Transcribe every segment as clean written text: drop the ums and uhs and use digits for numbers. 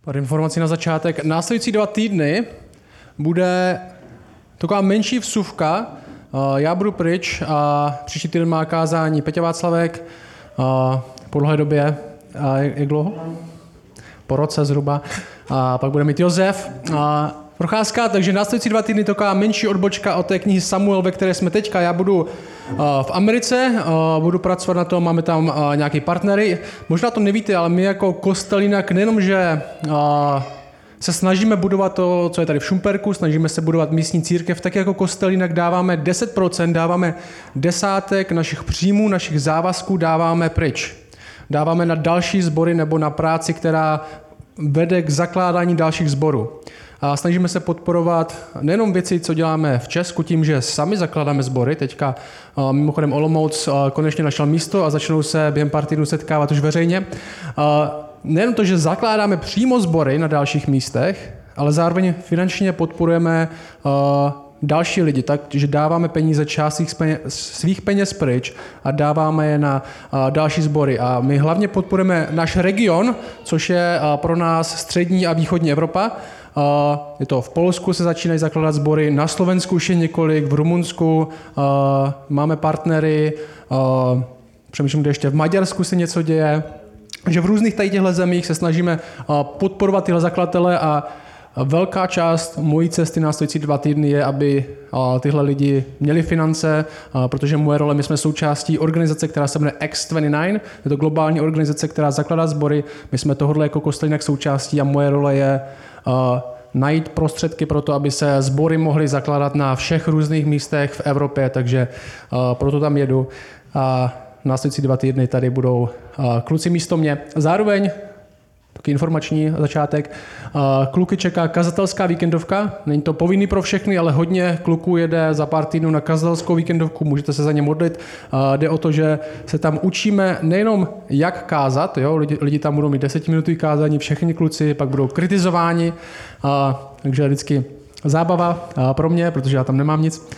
Pár informací na začátek. Následující 2 týdny bude taková menší vsuvka. Já budu pryč a příští týden má kázání Peťa Václavek po dlouhé době. Jak dlouho? Po roce zhruba. A pak bude mít Josef. Procházka, takže následující 2 týdny taková menší odbočka od té knihy Samuel, ve které jsme teďka. Já budu v Americe, budu pracovat na tom, máme tam nějaký partnery. Možná to nevíte, ale my jako kostel jinak nejenom, že se snažíme budovat to, co je tady v Šumperku, snažíme se budovat místní církev, tak jako kostel jinak dáváme 10%, dáváme desátek našich příjmů, našich závazků dáváme pryč. Dáváme na další sbory nebo na práci, která vede k zakládání dalších sborů. A snažíme se podporovat nejenom věci, co děláme v Česku, tím, že sami zakládáme sbory. Teďka mimochodem Olomouc konečně našel místo a začnou se během pár týdnů setkávat už veřejně. Nejenom to, že zakládáme přímo sbory na dalších místech, ale zároveň finančně podporujeme další lidi, takže dáváme peníze, část svých peněz pryč a dáváme je na další sbory. A my hlavně podporujeme náš region, což je pro nás střední a východní Evropa. Je to v Polsku se začínají zakládat sbory, na Slovensku už je několik, v Rumunsku máme partnery, přemýšlím, kde ještě v Maďarsku se něco děje. Že v různých těchto zemích se snažíme podporovat tyhle zakladatele a velká část mojí cesty následující 2 týdny je, aby tyhle lidi měli finance, protože moje role, my jsme součástí organizace, která se jmenuje X29, je to globální organizace, která zakládá sbory, my jsme tohohle jako kostel jinak součástí a moje role je najít prostředky pro to, aby se sbory mohly zakládat na všech různých místech v Evropě, takže proto tam jedu. Následující 2 týdny tady budou kluci místo mě. Zároveň, taky informační začátek, kluky čeká kazatelská víkendovka. Není to povinný pro všechny, ale hodně kluků jede za pár týdnů na kazatelskou víkendovku, můžete se za ně modlit. Jde o to, že se tam učíme nejenom jak kázat, jo? Lidi tam budou mít 10-minutový kázání, všechny kluci, pak budou kritizováni, takže vždycky zábava pro mě, protože já tam nemám nic.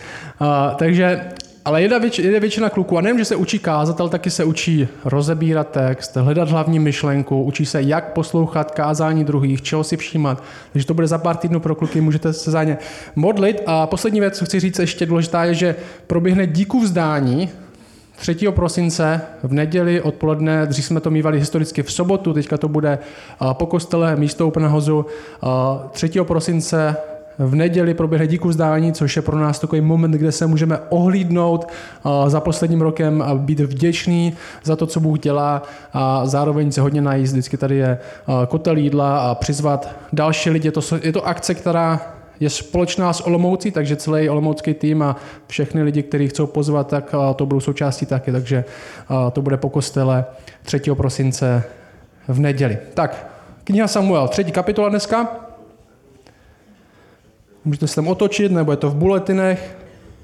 Ale jede většina kluků a nejen, že se učí kázat, ale taky se učí rozebírat text, hledat hlavní myšlenku, učí se, jak poslouchat kázání druhých, čeho si všímat. Takže to bude za pár týdnů pro kluky, můžete se za ně modlit. A poslední věc, co chci říct ještě důležitá, je, že proběhne díkuvzdání 3. prosince v neděli odpoledne. Dřív jsme to mívali historicky v sobotu, teďka to bude po kostele místo Open Houseu 3. prosince. V neděli proběhne díkuvzdání, což je pro nás takový moment, kde se můžeme ohlídnout za posledním rokem a být vděčný za to, co Bůh dělá a zároveň se hodně najíst. Vždycky tady je kotel jídla a přizvat další lidi. Je to akce, která je společná s Olomoucí, takže celý olomoucký tým a všechny lidi, kteří chcou pozvat, tak to budou součástí taky. Takže to bude po kostele 3. prosince v neděli. Tak, kniha Samuel, 3. kapitola dneska. Můžete se tam otočit, nebo je to v bulletinech.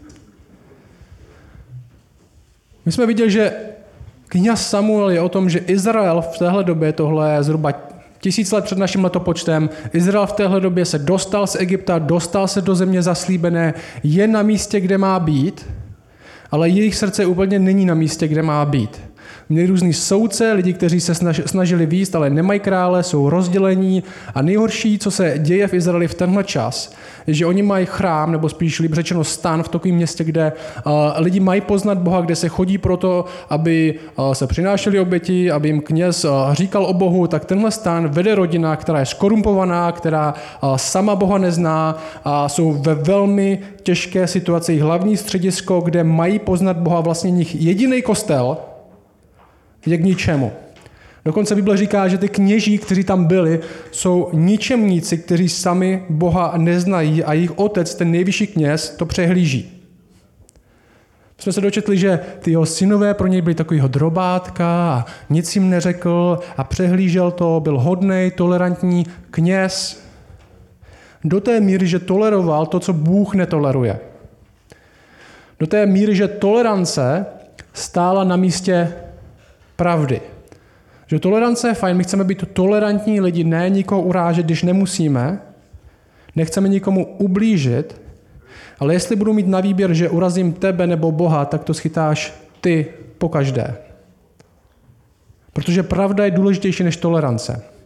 My jsme viděli, že kniha Samuel je o tom, že Izrael v téhle době, tohle je zhruba 1000 let před naším letopočtem, Izrael v téhle době se dostal z Egypta, dostal se do země zaslíbené, je na místě, kde má být, ale jejich srdce úplně není na místě, kde má být. Měli různý soudce, lidi, kteří se snažili výjist, ale nemají krále, jsou rozdělení. A nejhorší, co se děje v Izraeli v tenhle čas, je, že oni mají chrám, nebo spíš líp řečeno stan v takovém městě, kde lidi mají poznat Boha, kde se chodí proto, aby se přinášeli oběti, aby jim kněz říkal o Bohu, tak tenhle stan vede rodina, která je skorumpovaná, která sama Boha nezná a jsou ve velmi těžké situaci. Hlavní středisko, kde mají poznat Boha, vlastně nich jediný kostel, je k ničemu. Dokonce Bible říká, že ty kněží, kteří tam byli, jsou ničemníci, kteří sami Boha neznají a jejich otec, ten nejvyšší kněz, to přehlíží. My jsme se dočetli, že ty jeho synové pro něj byli takovýho drobátka a nic jim neřekl a přehlížel to, byl hodnej, tolerantní kněz. Do té míry, že toleroval to, co Bůh netoleruje. Do té míry, že tolerance stála na místě pravdy. Že tolerance je fajn, my chceme být tolerantní lidi, ne nikoho urážet, když nemusíme, nechceme nikomu ublížit, ale jestli budu mít na výběr, že urazím tebe nebo Boha, tak to schytáš ty pokaždé. Protože pravda je důležitější než tolerance.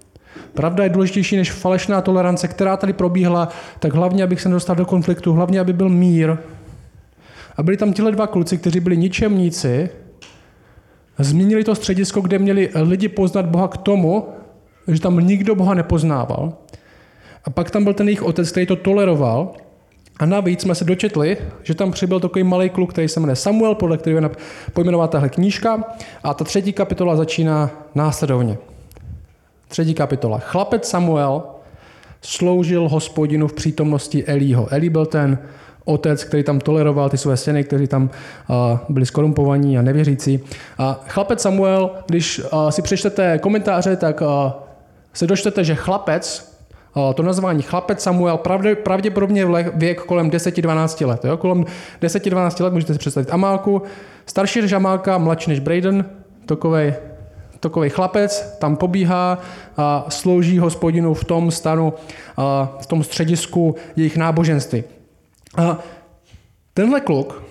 pravda je důležitější než falešná tolerance, která tady probíhala, tak hlavně, abych se nedostal do konfliktu, hlavně, aby byl mír. A byli tam tihle dva kluci, kteří byli ničemníci, změnili to středisko, kde měli lidi poznat Boha k tomu, že tam nikdo Boha nepoznával. A pak tam byl ten jejich otec, který to toleroval. A navíc jsme se dočetli, že tam přibyl takový malý kluk, který se jmenuje Samuel, podle kterého je pojmenovaná tahle knížka. A ta 3. kapitola začíná následovně. 3. kapitola. Chlapec Samuel sloužil Hospodinu v přítomnosti Elího. Elí byl ten otec, který tam toleroval ty své syny, kteří tam byli skorumpovaní a nevěřící. A chlapec Samuel, když si přečtete komentáře, tak se dočtete, že chlapec, to nazvání chlapec Samuel, pravděpodobně věk kolem 10-12 let. Jo? Kolem 10-12 let můžete si představit Amálku, starší než Amálka, mladší než Braden, takovej chlapec, tam pobíhá a slouží Hospodinu v tom stanu, v tom středisku jejich náboženství. A tenhle kluk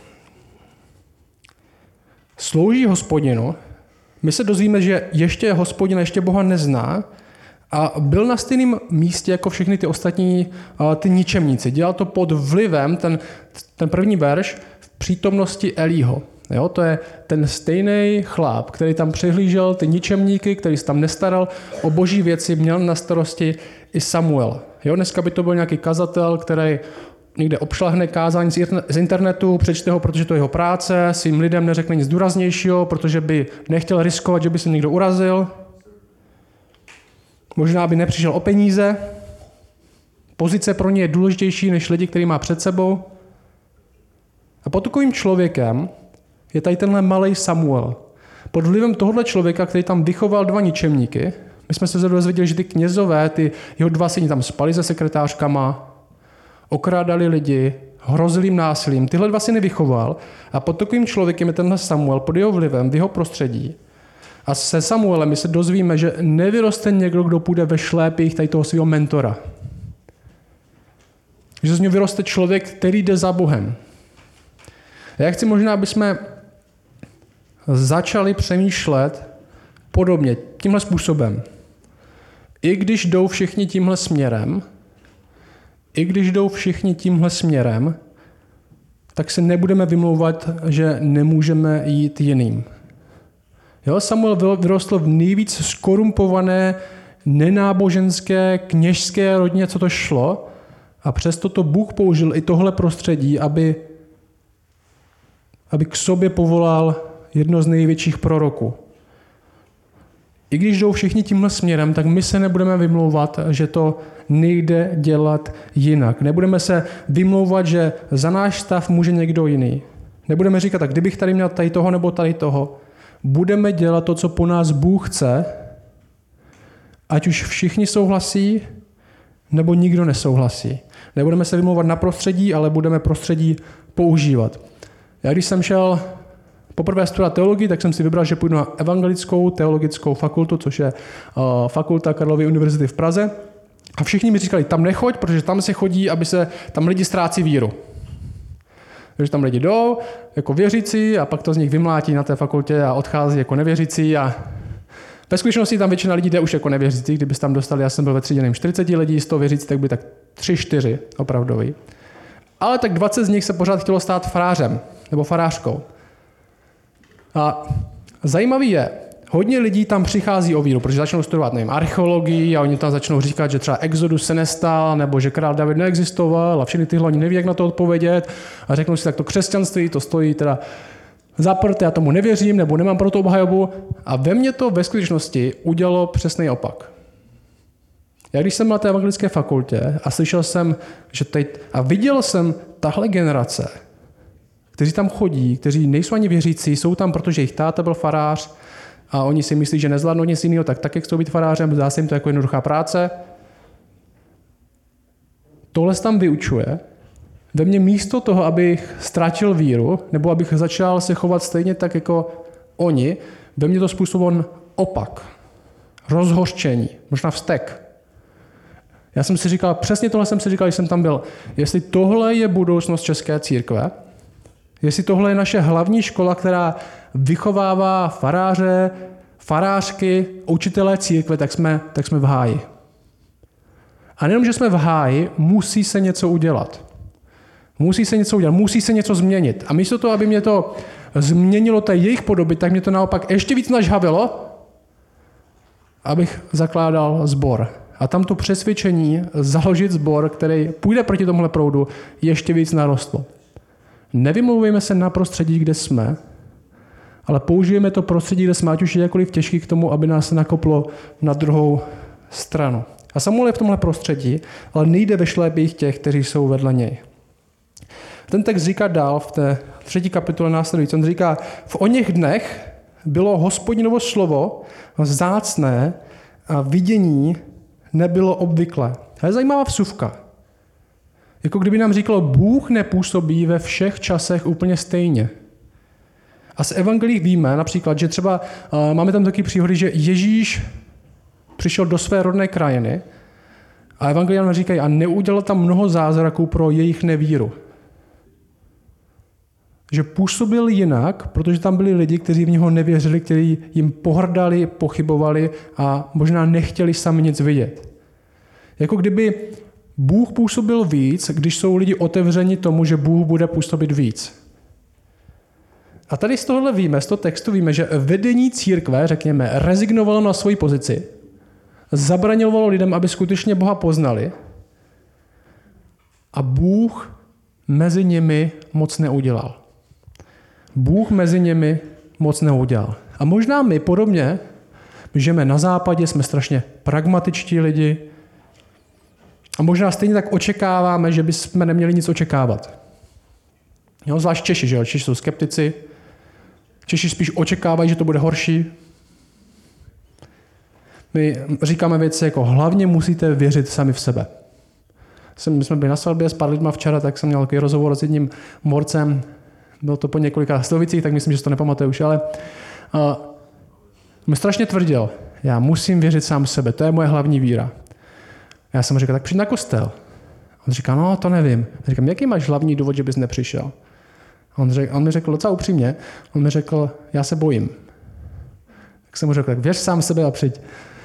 slouží Hospodinu, my se dozvíme, že ještě Hospodina, ještě Boha nezná a byl na stejném místě jako všechny ty ostatní ty ničemníci. Dělal to pod vlivem, ten první verš, v přítomnosti Elího. Jo, to je ten stejný chlap, který tam přihlížel ty ničemníky, který se tam nestaral o boží věci, měl na starosti i Samuel. Jo, dneska by to byl nějaký kazatel, který někde obšlahne kázání z internetu, přečte ho, protože to je jeho práce, svým lidem neřekne nic důraznějšího, protože by nechtěl riskovat, že by se někdo urazil. Možná by nepřišel o peníze. Pozice pro ně je důležitější než lidi, který má před sebou. A pod takovým člověkem je tady tenhle malej Samuel. Pod vlivem tohohle člověka, který tam vychoval 2 ničemníky, my jsme se dozvěděli, že ty knězové, ty jeho 2 syni tam spali se sekretářkama, okrádali lidi, hrozili jim násilím. Tyhle 2 syny vychoval a pod takovým člověkem je tenhle Samuel, pod jeho vlivem, v jeho prostředí. A se Samuelem my se dozvíme, že nevyroste někdo, kdo půjde ve šlépích tady toho svého mentora. Že z něj vyroste člověk, který jde za Bohem. Já chci možná, aby jsme začali přemýšlet podobně, tímhle způsobem. I když jdou všichni tímhle směrem, tak se nebudeme vymlouvat, že nemůžeme jít jiným. Jo, Samuel vyrostl v nejvíc skorumpované, nenáboženské, kněžské rodině, co to šlo, a přesto to Bůh použil i tohle prostředí, aby k sobě povolal jedno z největších proroků. I když jdou všichni tímhle směrem, tak my se nebudeme vymlouvat, že to nejde dělat jinak. Nebudeme se vymlouvat, že za náš stav může někdo jiný. Nebudeme říkat, tak kdybych tady měl tady toho nebo tady toho. Budeme dělat to, co po nás Bůh chce, ať už všichni souhlasí, nebo nikdo nesouhlasí. Nebudeme se vymlouvat na prostředí, ale budeme prostředí používat. Já když jsem šel poprvé studovat teologii, tak jsem si vybral, že půjdu na evangelickou teologickou fakultu, což je fakulta Karlovy univerzity v Praze. A všichni mi říkali, tam nechoď, protože tam se chodí, tam lidi ztrácí víru. Takže tam lidi jdou jako věřící a pak to z nich vymlátí na té fakultě a odchází jako nevěřící. A ve skutečnosti tam většina lidí jde už jako nevěřící. Kdybyste tam dostali, já jsem byl ve třídě 40 lidí, z toho věřící, tak by tak 3-4 opravdoví. Ale tak 20 z nich se pořád chtělo stát farářem nebo farářkou. A zajímavý je, hodně lidí tam přichází o víru, protože začnou studovat, archeologii a oni tam začnou říkat, že třeba Exodus se nestal, nebo že král David neexistoval a všechny tyhle oni neví, jak na to odpovědět a řeknou si, tak to křesťanství, to stojí teda zaprté, já tomu nevěřím, nebo nemám pro to obhajobu. A ve mně to ve skutečnosti udělalo přesný opak. Já když jsem byl na té evangelické fakultě a slyšel jsem, že a viděl jsem tahle generace, kteří tam chodí, kteří nejsou ani věřící, jsou tam, protože jejich táta byl farář a oni si myslí, že nezvládnou nic jiného, tak jak chcou být farářem, zdá se jim to jako jednoduchá práce. Tohle se tam vyučuje. Ve mně místo toho, abych ztratil víru, nebo abych začal se chovat stejně tak jako oni, ve mně to způsobil opak. Rozhořčení, možná vztek. Já jsem si říkal, přesně tohle jsem si říkal, když jsem tam byl. Jestli tohle je budoucnost české církve, jestli tohle je naše hlavní škola, která vychovává faráře, farářky, učitelé církve, tak jsme v háji. A nejenom, že jsme v háji, musí se něco udělat. Musí se něco změnit. A místo toho, aby mě to změnilo té jejich podoby, tak mě to naopak ještě víc nažhavilo, abych zakládal sbor. A tam to přesvědčení založit sbor, který půjde proti tomuhle proudu, ještě víc narostlo. Nevymlouvejme se na prostředí, kde jsme, ale použijeme to prostředí, kde jsme, ať už je jakkoliv těžký k tomu, aby nás nakoplo na druhou stranu. A Samuel je v tomhle prostředí, ale nejde ve šlépích těch, kteří jsou vedle něj. Ten text říká dál v té 3. kapitole následující. On říká, v oněch dnech bylo Hospodinovo slovo vzácné a vidění nebylo obvyklé. To je zajímavá vsuvka. Jako kdyby nám říkalo, Bůh nepůsobí ve všech časech úplně stejně. A z evangelí víme například, že třeba máme tam taky příhody, že Ježíš přišel do své rodné krajiny a evangeliáni říkají, a neudělal tam mnoho zázraků pro jejich nevíru. Že působil jinak, protože tam byli lidi, kteří v něho nevěřili, kteří jim pohrdali, pochybovali a možná nechtěli sami nic vidět. Jako kdyby Bůh působil víc, když jsou lidi otevřeni tomu, že Bůh bude působit víc. A tady z tohohle víme, z toho textu víme, že vedení církve, řekněme, rezignovalo na svoji pozici, zabraňovalo lidem, aby skutečně Boha poznali a Bůh mezi nimi moc neudělal. A možná my podobně, žijeme na západě, jsme strašně pragmatičtí lidi a možná stejně tak očekáváme, že bychom neměli nic očekávat. Jo, zvlášť Češi, že jo? Češi jsou skeptici, Češi spíš očekávají, že to bude horší. My říkáme věci jako hlavně musíte věřit sami v sebe. My jsme byli na svatbě s pár lidma včera, tak jsem měl takový rozhovor s jedním morcem. Bylo to po několika slovicích, tak myslím, že si to nepamatuju už, ale mi strašně tvrdil, já musím věřit sám v sebe, to je moje hlavní víra. Já jsem mu říkal, tak přijď na kostel. On říká, no to nevím. Já říkám, jaký máš hlavní důvod, že bys nepřišel? On mi řekl docela upřímně, on mi řekl, já se bojím. Tak jsem mu řekl, tak věř sám v sebe a přijď.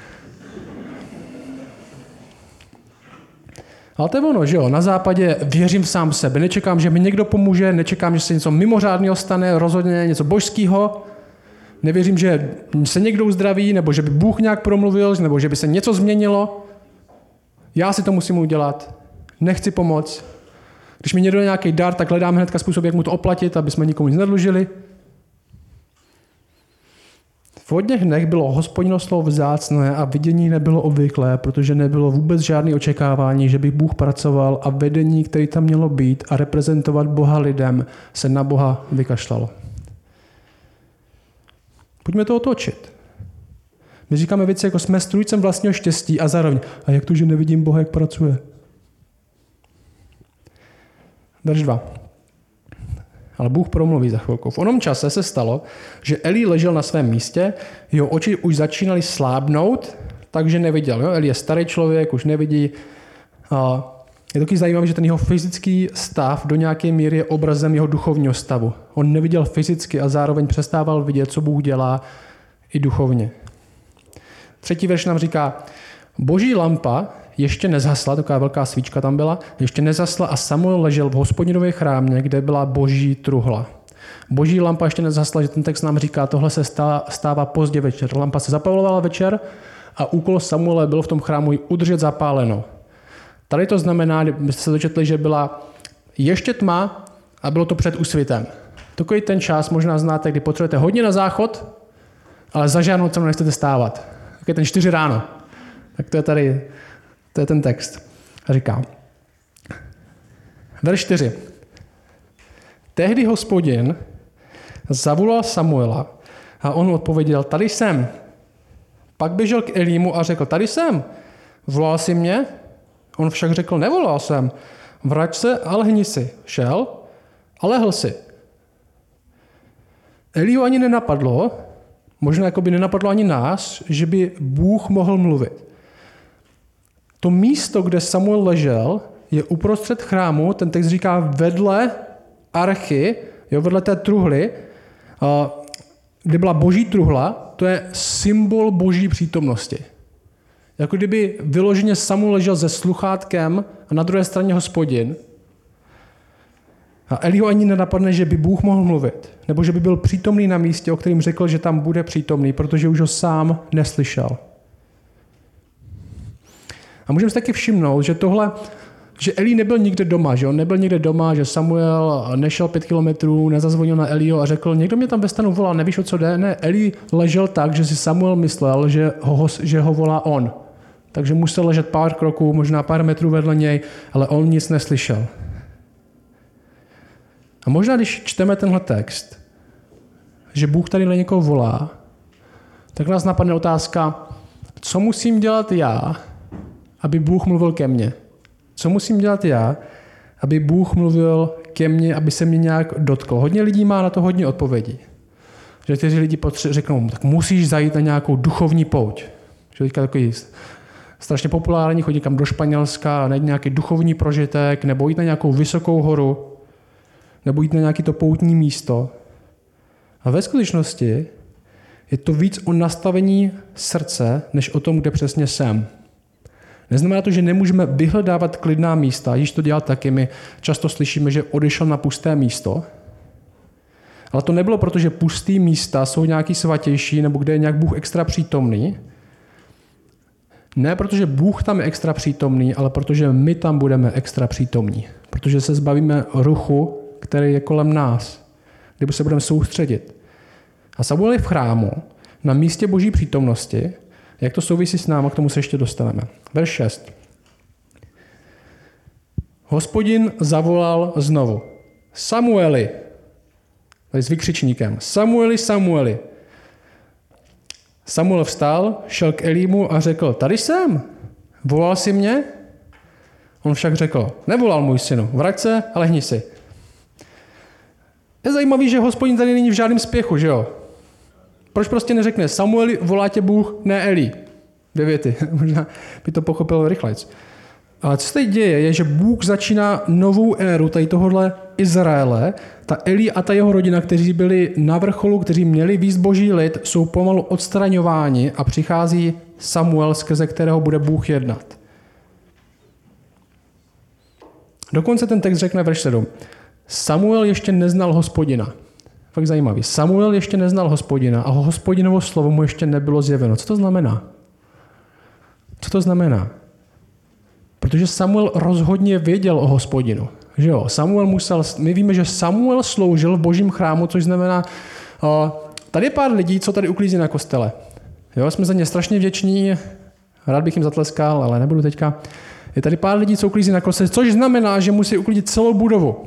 Ale to je ono, že jo, na západě věřím sám v sebe, nečekám, že mi někdo pomůže, nečekám, že se něco mimořádného stane, rozhodně něco božského, nevěřím, že se někdo uzdraví, nebo že by Bůh nějak promluvil, nebo že by se něco změnilo. Já si to musím udělat, nechci pomoct. Když mi někdo nějaký dar, tak hledáme hnedka způsob, jak mu to oplatit, aby jsme nikomu nic nedlužili. V hodně dnech bylo Hospodinovo slovo vzácné a vidění nebylo obvyklé, protože nebylo vůbec žádné očekávání, že by Bůh pracoval a vedení, které tam mělo být a reprezentovat Boha lidem, se na Boha vykašlalo. Pojďme to otočit. My říkáme věci jako jsme strůjcem vlastního štěstí a zároveň, a jak to, že nevidím Boha, jak pracuje? Verš 2. Ale Bůh promluví za chvilku. V onom čase se stalo, že Eli ležel na svém místě, jeho oči už začínaly slábnout, takže neviděl. Jo? Eli je starý člověk, už nevidí. A je taky zajímavé, že ten jeho fyzický stav do nějaké míry je obrazem jeho duchovního stavu. On neviděl fyzicky a zároveň přestával vidět, co Bůh dělá i duchovně. 3. verš nám říká, boží lampa ještě nezhasla, taková velká svíčka tam byla, ještě nezhasla a Samuel ležel v Hospodinově chrámě, kde byla boží truhla. Boží lampa ještě nezhasla, že ten text nám říká, tohle se stává pozdě večer. Lampa se zapalovala večer a úkol Samuele byl v tom chrámu ji udržet zapáleno. Tady to znamená, kdybyste se dočetli, že byla ještě tma a bylo to před úsvitem. Takový ten čas možná znáte, kdy potřebujete hodně na záchod, ale za žádnou cenu nechcete stávat. Tak je ten 4 ráno. Tak to je tady, to je ten text. A říká, verš 4. Tehdy Hospodin zavolal Samuela a on odpověděl, tady jsem. Pak běžel k Elímu a řekl, tady jsem. Volal jsi mě? On však řekl, nevolal jsem. Vrať se a lehni si. Šel a lehl si. Elihu ani nenapadlo, možná jako by nenapadlo ani nás, že by Bůh mohl mluvit. To místo, kde Samuel ležel, je uprostřed chrámu, ten text říká vedle archy, jo, vedle té truhly, kde byla boží truhla, to je symbol boží přítomnosti. Jako kdyby vyloženě Samuel ležel se sluchátkem a na druhé straně Hospodin. A Eliho ani nenapadne, že by Bůh mohl mluvit, nebo že by byl přítomný na místě, o kterém řekl, že tam bude přítomný, protože už ho sám neslyšel. A můžeme si taky všimnout, že Eli nebyl nikde doma, že on nebyl nikde doma, že Samuel nešel 5 kilometrů, nezazvonil na Eliho a řekl, někdo mě tam ve stanu volá, nevíš, o co jde? Ne, Eli ležel tak, že si Samuel myslel, že ho volá on. Takže musel ležet pár kroků, možná pár metrů vedle něj, ale on nic neslyšel. A možná, když čteme tenhle text, že Bůh tady někoho volá, tak nás napadne otázka, co musím dělat já, aby Bůh mluvil ke mně? Co musím dělat já, aby Bůh mluvil ke mně, aby se mě nějak dotkl? Hodně lidí má na to hodně odpovědí. Že někteří lidi řeknou, tak musíš zajít na nějakou duchovní pouť. Že teďka takový strašně populární, chodí kam do Španělska a najít nějaký duchovní prožitek, nebo jít na nějakou vysokou horu, nebo jít na nějaké to poutní místo. A ve skutečnosti je to víc o nastavení srdce, než o tom, kde přesně jsem. Neznamená to, že nemůžeme vyhledávat klidná místa, již to dělat taky. My často slyšíme, že odešel na pusté místo. Ale to nebylo proto, že pustý místa jsou nějaký svatější, nebo kde je nějak Bůh extra přítomný. Ne protože Bůh tam je extra přítomný, ale protože my tam budeme extra přítomní. Protože se zbavíme ruchu, který je kolem nás, kde se budeme soustředit. A Samuel je v chrámu, na místě Boží přítomnosti. Jak to souvisí s námi, k tomu se ještě dostaneme. Verš 6. Hospodin zavolal znovu. Samueli. Tady s vykřičníkem. Samueli, Samueli. Samuel vstal, šel k Elímu a řekl, tady jsem. Volal jsi mě? On však řekl, nevolal můj synu, vrať se a lehni si. Je zajímavý, že Hospodin tady není v žádném spěchu, že jo? Proč prostě neřekne, Samueli, volá tě Bůh, ne Eli. 2 věty. Možná by to pochopil rychlejc. Ale co se teď děje, je, že Bůh začíná novou éru tady tohohle Izraele. Ta Eli a ta jeho rodina, kteří byli na vrcholu, kteří měli víc Boží lid, jsou pomalu odstraňováni a přichází Samuel, skrze kterého bude Bůh jednat. Dokonce ten text řekne verš 7. Samuel ještě neznal Hospodina. Fakt zajímavý. Samuel ještě neznal Hospodina a Hospodinovo slovo mu ještě nebylo zjeveno. Co to znamená? Co to znamená? Protože Samuel rozhodně věděl o Hospodinu. Že jo? My víme, že Samuel sloužil v Božím chrámu, což znamená, tady je pár lidí, co tady uklízí na kostele. Jo, jsme za ně strašně vděční, rád bych jim zatleskal, ale nebudu teďka. Je tady pár lidí, co uklízí na kostele, což znamená, že musí uklidit celou budovu.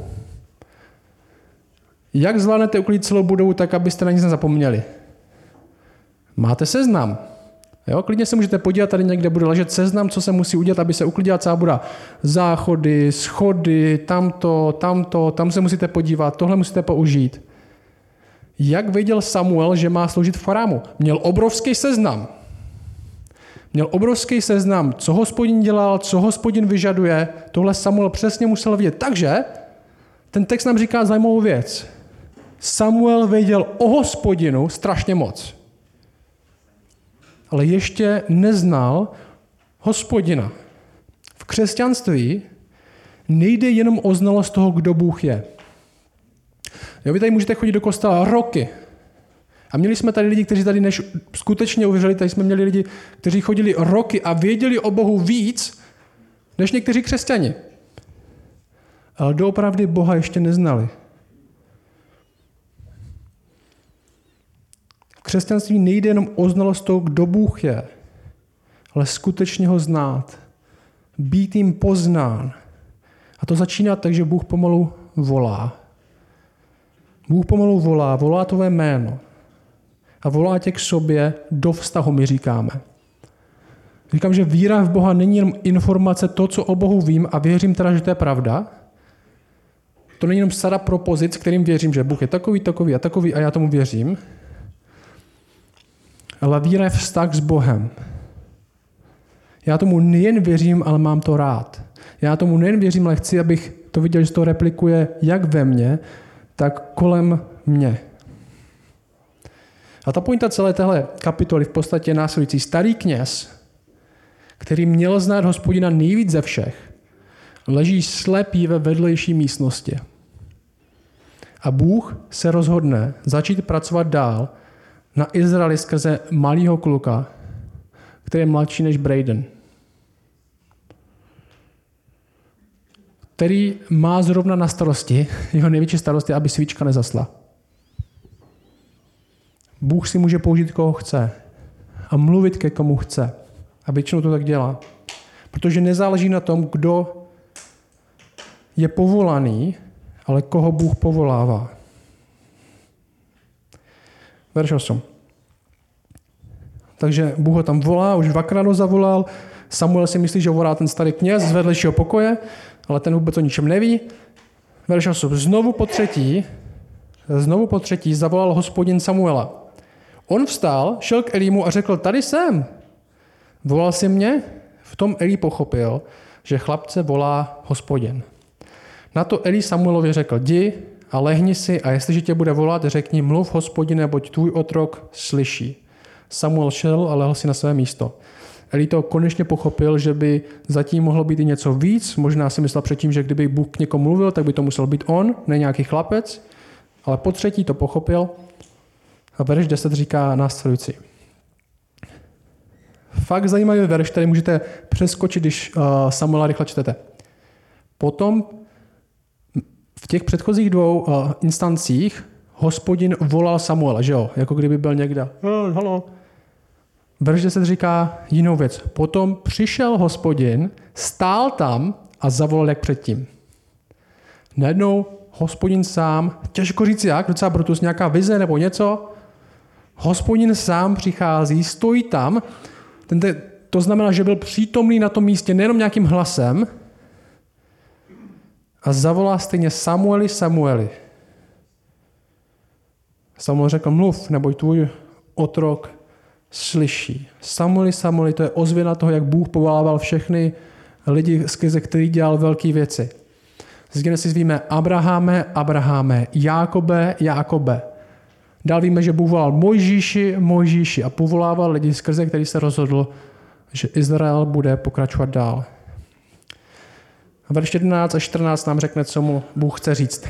Jak zvládnete uklidit celou budovu tak, abyste na nic nezapomněli? Máte seznam. Jo, klidně se můžete podívat, tady někde bude ležet seznam, co se musí udělat, aby se uklidila celá buda. Záchody, schody, tamto, tam se musíte podívat, tohle musíte použít. Jak věděl Samuel, že má sloužit v chrámu? Měl obrovský seznam. Co Hospodin dělal, co Hospodin vyžaduje, tohle Samuel přesně musel vědět. Takže ten text nám říká zajímavou věc. Samuel věděl o Hospodinu strašně moc. Ale ještě neznal Hospodina. V křesťanství nejde jenom o znalost toho, kdo Bůh je. Jo, vy tady můžete chodit do kostela roky. A měli jsme tady lidi, kteří tady než skutečně uvěřili, tady jsme měli lidi, kteří chodili roky a věděli o Bohu víc, než někteří křesťani. Ale doopravdy Boha ještě neznali. V křesťanství nejde jenom o znalost toho, kdo Bůh je, ale skutečně ho znát. Být jim poznán. A to začíná tak, že Bůh pomalu volá. Bůh pomalu volá tvé jméno. A volá tě k sobě do vztahu, my říkáme. Říkám, že víra v Boha není jenom informace to, co o Bohu vím a věřím teda, že to je pravda. To není jenom sada propozic, kterým věřím, že Bůh je takový a já tomu věřím. Ale víra je vztah s Bohem. Já tomu nejen věřím, ale mám to rád. Já tomu nejen věřím, ale chci, abych to viděl, že to replikuje jak ve mně, tak kolem mě. A ta pointa celé téhle kapitoly v podstatě je následující. Starý kněz který měl znát Hospodina nejvíc ze všech, leží slepý ve vedlejší místnosti. A Bůh se rozhodne začít pracovat dál na Izraeli skrze malého kluka, který je mladší než Braden, který má zrovna na starosti, jeho největší starost je, aby svíčka nezasla. Bůh si může použít, koho chce a mluvit ke komu chce. A většinou to tak dělá. Protože nezáleží na tom, kdo je povolaný, ale koho Bůh povolává. Verš 8. Takže Bůh ho tam volá, už dvakrát ho zavolal. Samuel si myslí, že ho volá ten starý kněz z vedlejšího pokoje, ale ten vůbec o ničem neví. Verš 8. Znovu po třetí zavolal Hospodin Samuela. On vstál, šel k Elimu a řekl, tady jsem. Volal jsi mě? V tom Eli pochopil, že chlapce volá Hospodin. Na to Eli Samuelovi řekl, jdi a lehni si a jestliže tě bude volat, řekni, mluv Hospodine, neboť tvůj otrok slyší. Samuel šel a lehl si na své místo. Eli to konečně pochopil, že by zatím mohlo být i něco víc. Možná si myslel předtím, že kdyby Bůh k někomu mluvil, tak by to musel být on, ne nějaký chlapec. Ale po třetí to pochopil. A verš 10 říká následující. Fakt zajímavý verš, který můžete přeskočit, když Samuela rychle čtete. Potom v těch předchozích dvou instancích Hospodin volal Samuela, že jo? Jako kdyby byl někde. Halo. Verš 10 říká jinou věc. Potom přišel Hospodin, stál tam a zavolal jak předtím. Najednou Hospodin sám, těžko říct jak, docela Brutus, nějaká vize nebo něco. Hospodin sám přichází, stojí tam. To znamená, že byl přítomný na tom místě nejenom nějakým hlasem a zavolá stejně Samueli, Samueli. Samuel řekl, mluv, neboť tvůj otrok slyší. Samueli, Samueli, to je ozvěna toho, jak Bůh povolával všechny lidi, skrze který dělal velké věci. Z Genesis víme Abrahame, Abrahame, Jákobe, Jákobe. Dál víme, že Bůh volal Mojžíši, Mojžíši a povolával lidi, skrze který se rozhodl, že Izrael bude pokračovat dál. A verš 11 a 14 nám řekne, co mu Bůh chce říct.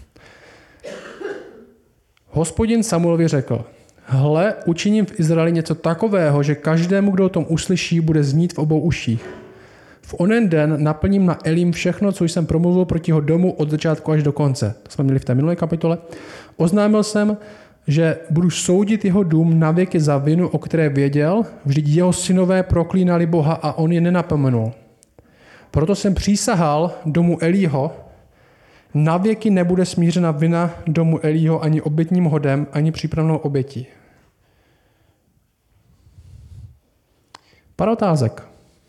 Hospodin Samuelovi řekl, hle, učiním v Izraeli něco takového, že každému, kdo o tom uslyší, bude znít v obou uších. V onen den naplním na Elim všechno, co jsem promluvil proti jeho domu od začátku až do konce. To jsme měli v té minulé kapitole. Oznámil jsem, že budu soudit jeho dům navěky za vinu, o které věděl, vždyť jeho synové proklínali Boha a on je nenapomenul. Proto jsem přísahal domu Elího, navěky nebude smířena vina domu Elího ani obětním hodem, ani přípravnou obětí. Pár otázek.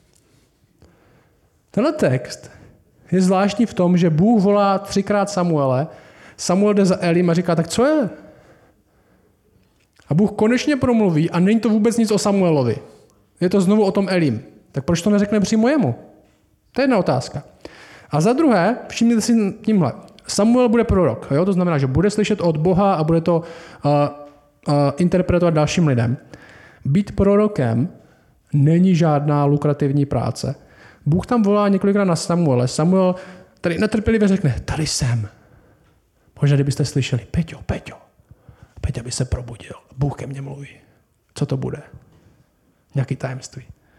Tenhle text je zvláštní v tom, že Bůh volá 3krát Samuele, Samuel jde za Elim a říká, tak co je? A Bůh konečně promluví a není to vůbec nic o Samuelovi. Je to znovu o tom Elim. Tak proč to neřekne přímo jemu? To je jedna otázka. A za druhé, všimněte si tímhle. Samuel bude prorok. Jo? To znamená, že bude slyšet od Boha a bude to interpretovat dalším lidem. Být prorokem není žádná lukrativní práce. Bůh tam volá několikrát na Samuele. Samuel tady netrpělivě řekne, tady jsem. Možná, kdybyste slyšeli, Peťo. Peťa by se probudil. Bůh ke mně mluví. Co to bude? Nějaký tajemství.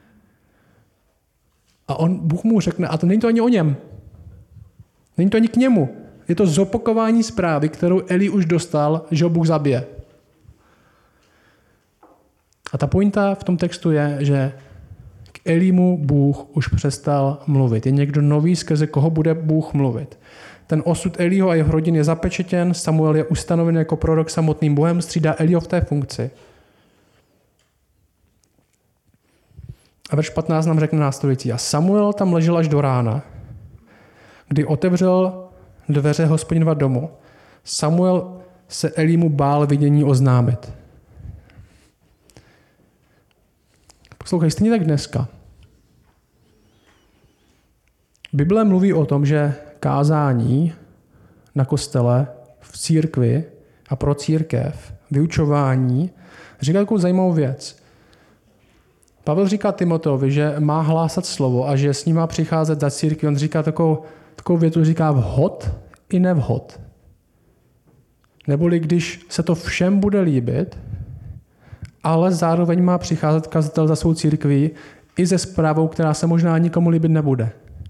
A Bůh mu řekne, a to není to ani o něm. Není to ani k němu. Je to zopakování zprávy, kterou Eli už dostal, že ho Bůh zabije. A ta pointa v tom textu je, že k Elimu Bůh už přestal mluvit. Je někdo nový, skrze koho bude Bůh mluvit. Ten osud Eliho a jeho rodin je zapečetěn, Samuel je ustanoven jako prorok samotným Bohem, střídá Eliho v té funkci. A verš 15 nám řekne následující. A Samuel tam ležel až do rána, kdy otevřel dveře Hospodinova domu. Samuel se Elimu bál vidění oznámit. Poslouchej, stejně tak dneska. Bible mluví o tom, že kázání na kostele, v církvi a pro církev, vyučování, říká takovou zajímavou věc. Pavel říká Timoteovi, že má hlásat slovo a že s ním má přicházet za církvi. On říká takovou větu, říká vhod i nevhod. Neboli když se to všem bude líbit, ale zároveň má přicházet kazatel za svou církví i ze zprávou, která se možná nikomu líbit nebude.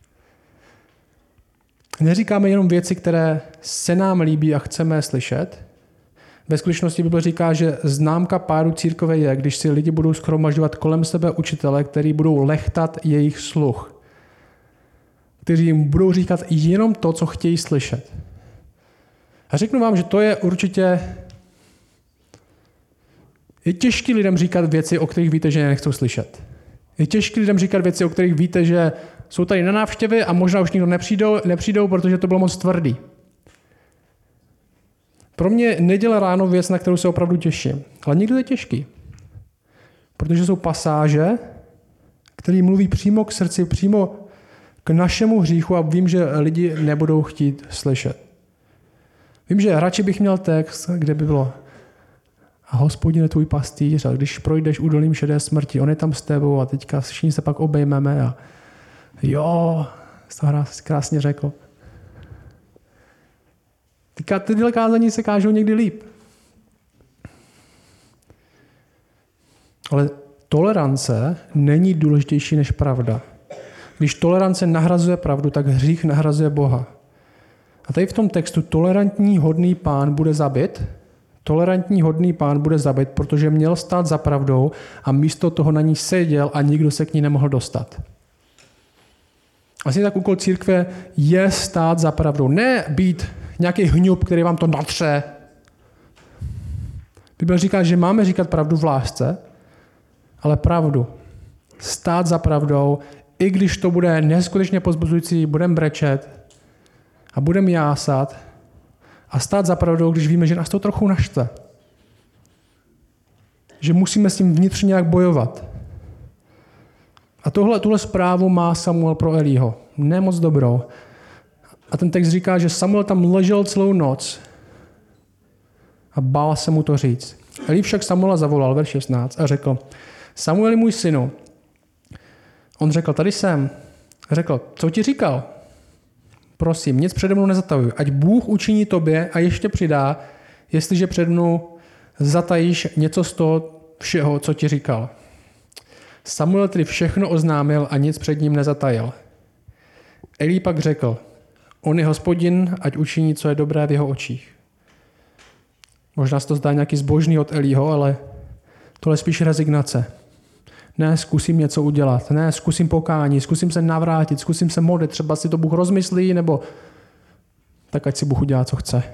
Neříkáme jenom věci, které se nám líbí a chceme slyšet. Ve skutečnosti Bible říká, že známka pádu církve je, když si lidi budou shromažďovat kolem sebe učitele, kteří budou lehtat jejich sluch. Kteří jim budou říkat jenom to, co chtějí slyšet. A řeknu vám, že to je určitě... Je těžké lidem říkat věci, o kterých víte, že je nechcou slyšet. Je těžké lidem říkat věci, o kterých víte, že jsou tady na návštěvě a možná už nikdo nepřijdou, protože to bylo moc tvrdý. Pro mě neděle ráno věc, na kterou se opravdu těším. Ale někdo je těžký. Protože jsou pasáže, které mluví přímo k srdci, přímo k našemu hříchu a vím, že lidi nebudou chtít slyšet. Vím, že radši bych měl text, kde by bylo a Hospodin je tvůj pastýř a když projdeš údolím šedé smrti, on je tam s tebou a teďka všichni se pak obejmeme a jo, to krásně řekl. Tyhle kázání se kážou někdy líp. Ale tolerance není důležitější než pravda. Když tolerance nahrazuje pravdu, tak hřích nahrazuje Boha. A tady v tom textu tolerantní hodný pán bude zabit. Tolerantní hodný pán bude zabit, protože měl stát za pravdou a místo toho na ní seděl a nikdo se k ní nemohl dostat. Asi tak úkol církve je stát za pravdou. Ne být nějaký hňub, který vám to natře. Bible říká, že máme říkat pravdu v lásce, ale pravdu. Stát za pravdou, i když to bude neskutečně povzbuzující, budeme brečet a budeme jásat a stát za pravdou, když víme, že nás to trochu naštve. Že musíme s tím vnitřně nějak bojovat. A tuhle zprávu má Samuel pro Elího. Ne moc dobrou. A ten text říká, že Samuel tam ležel celou noc a bál se mu to říct. Elí však Samuela zavolal, verš 16, a řekl, Samueli, můj synu. On řekl, tady jsem. Řekl, co ti říkal? Prosím, nic přede mnou nezatajuj. Ať Bůh učiní tobě a ještě přidá, jestliže před mnou zatajíš něco z toho všeho, co ti říkal. Samuel tedy všechno oznámil a nic před ním nezatajil. Elí pak řekl, on je Hospodin, ať učiní, co je dobré v jeho očích. Možná se to zdá nějaký zbožný od Elího, ale tohle je spíš rezignace. Ne, zkusím něco udělat. Ne, zkusím pokání, zkusím se navrátit, zkusím se modlit. Třeba si to Bůh rozmyslí, nebo tak ať si Bůh udělá, co chce.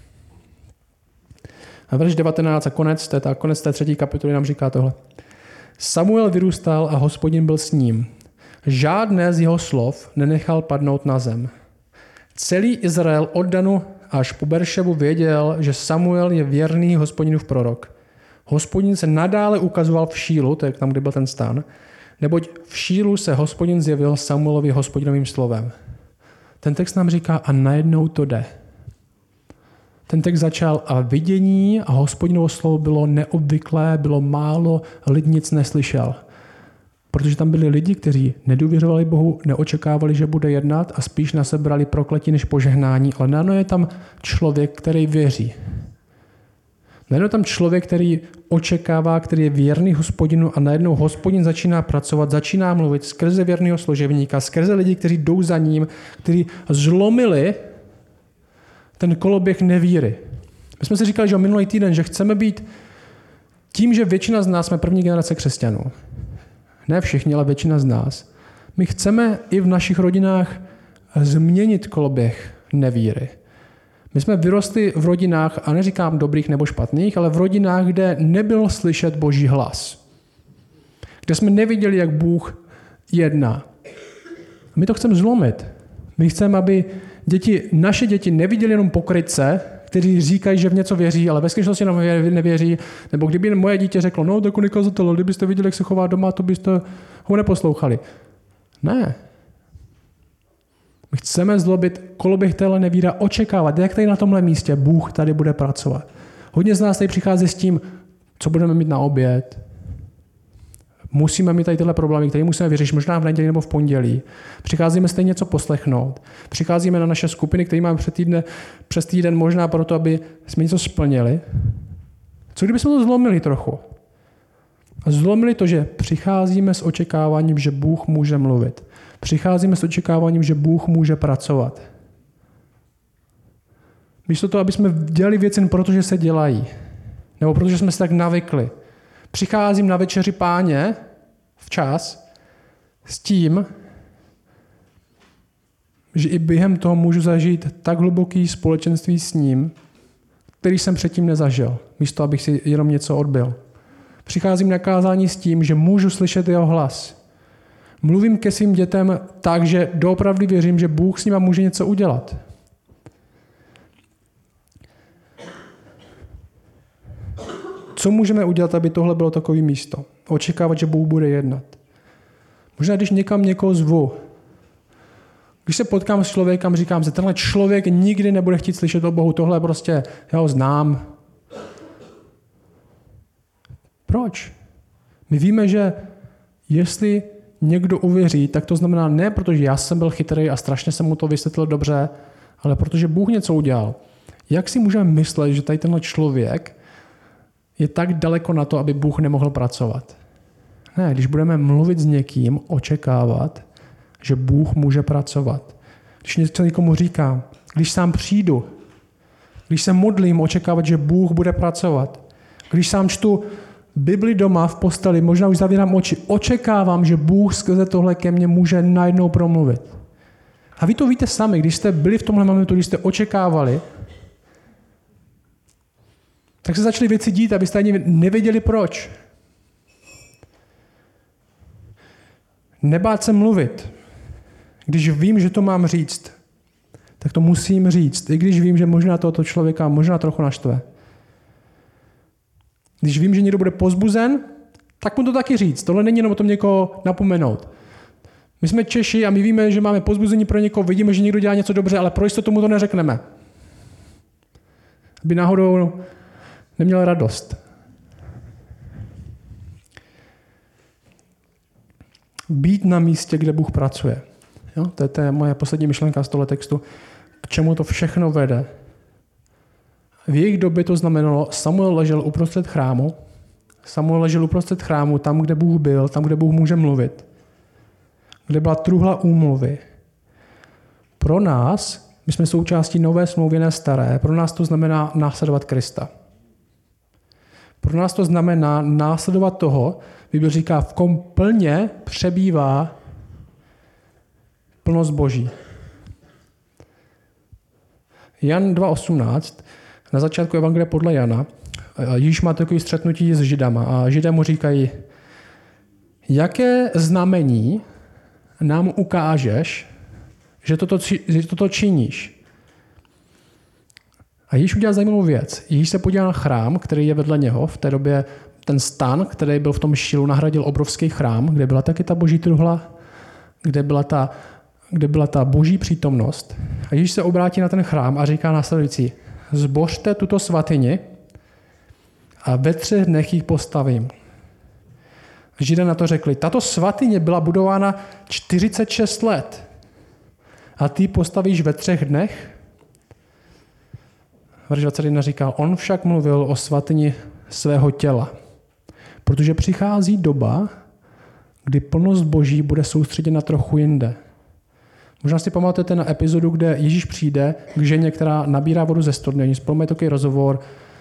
A verš 19 a konec té 3. kapitoly nám říká tohle. Samuel vyrůstal a Hospodin byl s ním. Žádné z jeho slov nenechal padnout na zem. Celý Izrael od Danu až po Beršebu věděl, že Samuel je věrný Hospodinův prorok. Hospodin se nadále ukazoval v Šílu, to je tam, kde byl ten stan, neboť v Šílu se Hospodin zjevil Samuelovi Hospodinovým slovem. Ten text nám říká, a najednou to jde. Ten text začal a vidění a Hospodinovo slovo bylo neobvyklé, bylo málo, lid nic neslyšel. Protože tam byli lidi, kteří nedůvěřovali Bohu, neočekávali, že bude jednat a spíš na sebe brali prokletí než požehnání, ale najednou je tam člověk, který věří. Najednou tam člověk, který očekává, který je věrný Hospodinu a najednou Hospodin začíná pracovat, začíná mluvit skrze věrného služebníka, skrze lidi, kteří jdou za ním, kteří zlomili ten koloběh nevíry. My jsme si říkali, že minulý týden, že chceme být tím, že většina z nás jsme první generace křesťanů. Ne všichni, ale většina z nás. My chceme i v našich rodinách změnit koloběh nevíry. My jsme vyrostli v rodinách, a neříkám dobrých nebo špatných, ale v rodinách, kde nebyl slyšet Boží hlas. Kde jsme neviděli, jak Bůh jedná. My to chceme zlomit. My chceme, aby naše děti neviděli jenom pokrytce, kteří říkají, že v něco věří, ale ve skutečnosti nám nevěří. Nebo kdyby moje dítě řeklo, no tak kazatel, kdybyste viděli, jak se chová doma, to byste ho neposlouchali. Ne. My chceme zlobit koloběh téhle nevíra, očekávat, jak tady na tomhle místě Bůh tady bude pracovat. Hodně z nás tady přichází s tím, co budeme mít na oběd. Musíme mít tady tyhle problémy, které musíme vyřešit, možná v neděli nebo v pondělí. Přicházíme stejně něco poslechnout. Přicházíme na naše skupiny, které máme přes týden možná proto, aby jsme něco splnili. Co kdybychom to zlomili trochu? Zlomili to, že přicházíme s očekáváním, že Bůh může mluvit. Přicházíme s očekáváním, že Bůh může pracovat. Místo toho, aby jsme dělali věci jen proto, že se dělají. Nebo protože jsme se tak navykli. Přicházím na večeři Páně včas s tím, že i během toho můžu zažít tak hluboký společenství s ním, který jsem předtím nezažil, místo abych si jenom něco odbyl. Přicházím na kázání s tím, že můžu slyšet jeho hlas. Mluvím ke svým dětem tak, že doopravdy věřím, že Bůh s nima může něco udělat. Co můžeme udělat, aby tohle bylo takové místo? Očekávat, že Bůh bude jednat. Možná, když někam někoho zvu, když se potkám s člověkem, říkám si, tenhle člověk nikdy nebude chtít slyšet o Bohu, tohle prostě, já ho znám. Proč? My víme, že jestli někdo uvěří, tak to znamená ne, protože já jsem byl chytrý a strašně jsem mu to vysvětlil dobře, ale protože Bůh něco udělal. Jak si můžeme myslet, že tady tenhle člověk je tak daleko na to, aby Bůh nemohl pracovat? Ne, když budeme mluvit s někým, očekávat, že Bůh může pracovat. Když něco někomu říkám, když sám přijdu, když se modlím, očekávat, že Bůh bude pracovat. Když sám čtu Bibli doma v posteli, možná už zavírám oči, očekávám, že Bůh skrze tohle ke mně může najednou promluvit. A vy to víte sami, když jste byli v tomhle momentu, když jste očekávali, tak se začaly věci dít, abyste ani nevěděli proč. Nebát se mluvit. Když vím, že to mám říct, tak to musím říct, i když vím, že možná tohoto člověka možná trochu naštve. Když vím, že někdo bude pozbuzen, tak mu to taky říct. Tohle není jenom o tom někoho napomenout. My jsme Češi a my víme, že máme pozbuzení pro někoho, vidíme, že někdo dělá něco dobře, ale pro jistotu mu to neřekneme. Aby náhodou neměl radost. Být na místě, kde Bůh pracuje. Jo? To je moje poslední myšlenka z tohle textu. K čemu to všechno vede? V jejich době to znamenalo, Samuel ležel uprostřed chrámu. Samuel ležel uprostřed chrámu, tam, kde Bůh byl, tam, kde Bůh může mluvit. Kde byla truhla úmluvy. Pro nás, my jsme součástí nové smlouvy, ne staré, pro nás to znamená následovat Krista. Pro nás to znamená následovat toho, Bible říká, v kom plně přebývá plnost Boží. Jan 2.18, na začátku evangelia podle Jana, Ježíš má takové střetnutí s Židama a Židé mu říkají, jaké znamení nám ukážeš, že toto činíš. A Ježíš udělal zajímavou věc. Ježíš se podíval na chrám, který je vedle něho. V té době ten stan, který byl v tom Šilu, nahradil obrovský chrám, kde byla taky ta boží truhla, kde byla ta boží přítomnost. A Ježíš se obrátí na ten chrám a říká následující, zbořte tuto svatyni a ve 3 dnech ji postavím. Židé na to řekli, tato svatyně byla budována 46 let a ty postavíš ve 3 dnech? Verš 21 říká, on však mluvil o svatyni svého těla, protože přichází doba, kdy plnost Boží bude soustředěna trochu jinde. Možná si pamatujete na epizodu, kde Ježíš přijde k ženě, která nabírá vodu ze studny, oni spolu mají takový rozhovor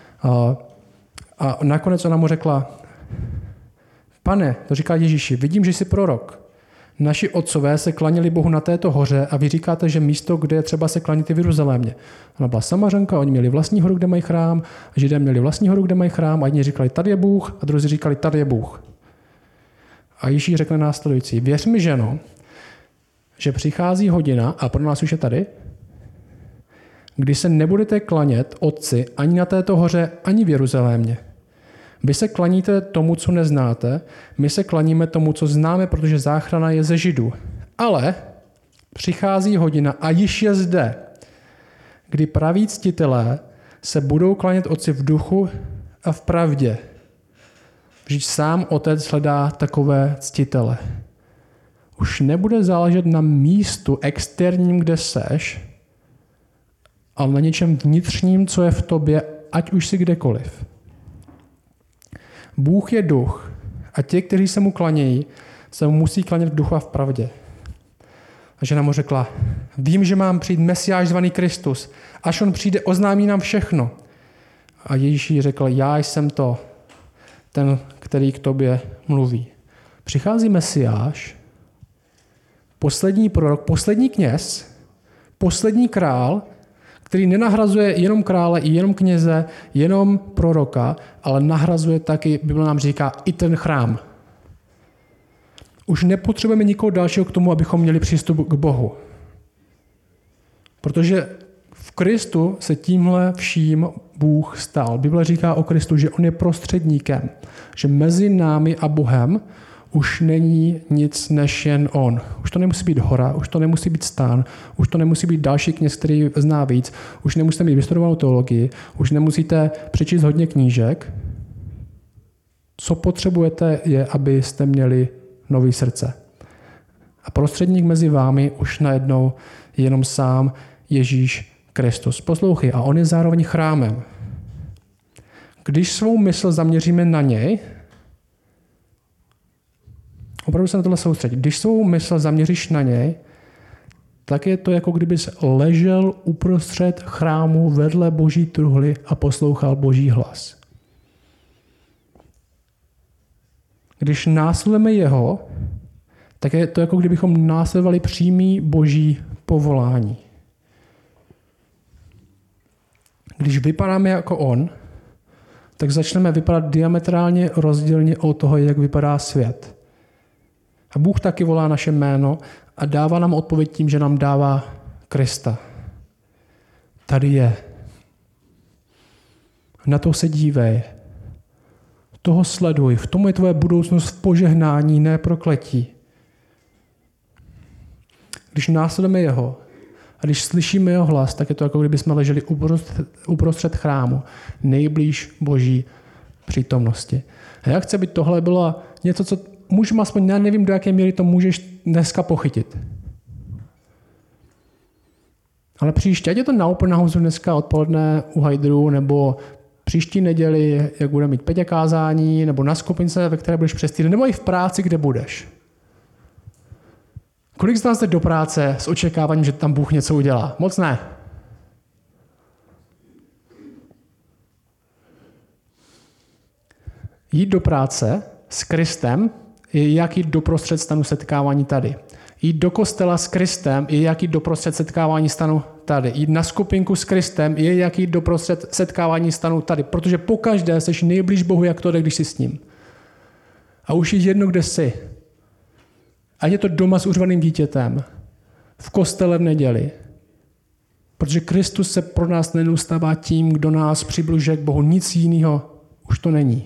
a nakonec ona mu řekla, Pane, to říká Ježíši, vidím, že jsi prorok. Naši otcové se klanili Bohu na této hoře a vy říkáte, že místo, kde je třeba se klanit, je v Jeruzalémě. Ona byla Samařanka, oni měli vlastní horu, kde mají chrám, a Židé měli vlastní horu, kde mají chrám, a jedni říkali, tady je Bůh, a druzí říkali, tady je Bůh. A Ježíš řekne následující, věř mi, ženo, že přichází hodina, a pro nás už je tady, kdy se nebudete klanět Otci ani na této hoře, ani v Jeruzalémě. Vy se klaníte tomu, co neznáte, my se klaníme tomu, co známe, protože záchrana je ze Židů. Ale přichází hodina a již je zde, kdy praví ctitelé se budou klanět Otci v duchu a v pravdě. Vždyť sám Otec hledá takové ctitele. Už nebude záležet na místu externím, kde seš, ale na něčem vnitřním, co je v tobě, ať už si kdekoliv. Bůh je duch a ti, kteří se mu klanějí, se mu musí klanět v duchu a v pravdě. A žena mu řekla, vím, že mám přijít Mesiáš zvaný Kristus. Až on přijde, oznámí nám všechno. A Ježíš jí řekl, já jsem to, ten, který k tobě mluví. Přichází Mesiáš, poslední prorok, poslední kněz, poslední král, který nenahrazuje jenom krále, i jenom kněze, jenom proroka, ale nahrazuje taky, Bible nám říká, i ten chrám. Už nepotřebujeme nikoho dalšího k tomu, abychom měli přístup k Bohu. Protože v Kristu se tímhle vším Bůh stal. Bible říká o Kristu, že on je prostředníkem, že mezi námi a Bohem už není nic než jen on. Už to nemusí být hora, už to nemusí být stán, už to nemusí být další kněz, který zná víc, už nemusíte mít vystudovanou teologii, už nemusíte přečíst hodně knížek. Co potřebujete je, abyste měli nový srdce. A prostředník mezi vámi už najednou je jenom sám Ježíš Kristus. Poslouchej, a on je zároveň chrámem. Když svou mysl zaměříme na něj, opravdu se na tohle soustředit. Když svou mysl zaměříš na něj, tak je to, jako kdybys ležel uprostřed chrámu vedle Boží truhly a poslouchal Boží hlas. Když následujeme jeho, tak je to, jako kdybychom následovali přímý Boží povolání. Když vypadáme jako on, tak začneme vypadat diametrálně rozdílně od toho, jak vypadá svět. A Bůh taky volá naše jméno a dává nám odpověď tím, že nám dává Krista. Tady je. Na to se dívej. Toho sleduj. V tom je tvoje budoucnost v požehnání, ne prokletí. Když následujeme jeho a když slyšíme jeho hlas, tak je to, jako kdyby jsme leželi uprostřed chrámu, nejblíž Boží přítomnosti. A já chci, aby tohle bylo něco, co můžeme aspoň, já nevím, do jaké míry to můžeš dneska pochytit. Ale příště, ať je to na Open House dneska odpoledne u Hydru, nebo příští neděli, jak bude mít Peťa kázání, nebo na skupince, ve které budeš přes týden, nebo i v práci, kde budeš. Kolik z nás jde do práce s očekáváním, že tam Bůh něco udělá? Moc ne. Jít do práce s Kristem je jak jít doprostřed stanu setkávání tady. Jít do kostela s Kristem je jak jít doprostřed setkávání stanu tady. Jít na skupinku s Kristem je jak jít doprostřed setkávání stanu tady. Protože pokaždé jsi nejblíž Bohu, jak to jde, když jsi s ním. A už je jedno, kde jsi. Ať je to doma s uřvaným dítětem, v kostele v neděli. Protože Kristus se pro nás neustává tím, kdo nás přibližuje k Bohu. Nic jiného už to není.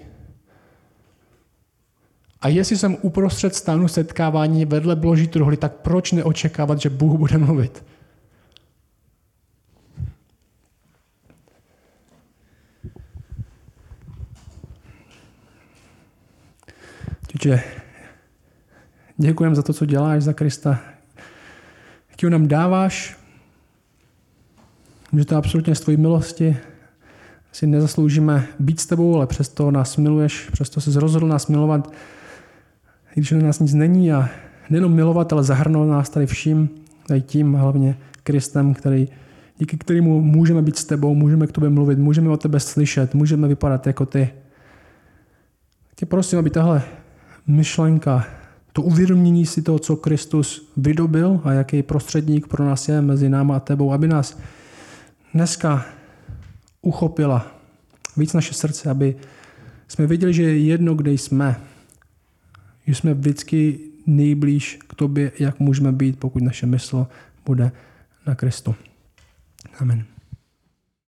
A jestli jsem uprostřed stanu setkávání vedle Boží truhly, tak proč neočekávat, že Bůh bude mluvit? Čiže děkujeme za to, co děláš za Krista. Jaký nám dáváš, že to absolutně z tvojí milosti si nezasloužíme být s tebou, ale přesto nás miluješ, přesto jsi rozhodl nás milovat, i když na nás nic není a nejenom milovat, ale zahrnout nás tady vším, tady tím hlavně Kristem, díky kterému můžeme být s tebou, můžeme k tobě mluvit, můžeme o tebe slyšet, můžeme vypadat jako ty. Tě prosím, aby tahle myšlenka, to uvědomění si toho, co Kristus vydobil a jaký prostředník pro nás je mezi náma a tebou, aby nás dneska uchopila víc naše srdce, aby jsme věděli, že je jedno, kde jsme. Že jsme vždycky nejblíž k tobě, jak můžeme být, pokud naše mysl bude na Kristu. Amen.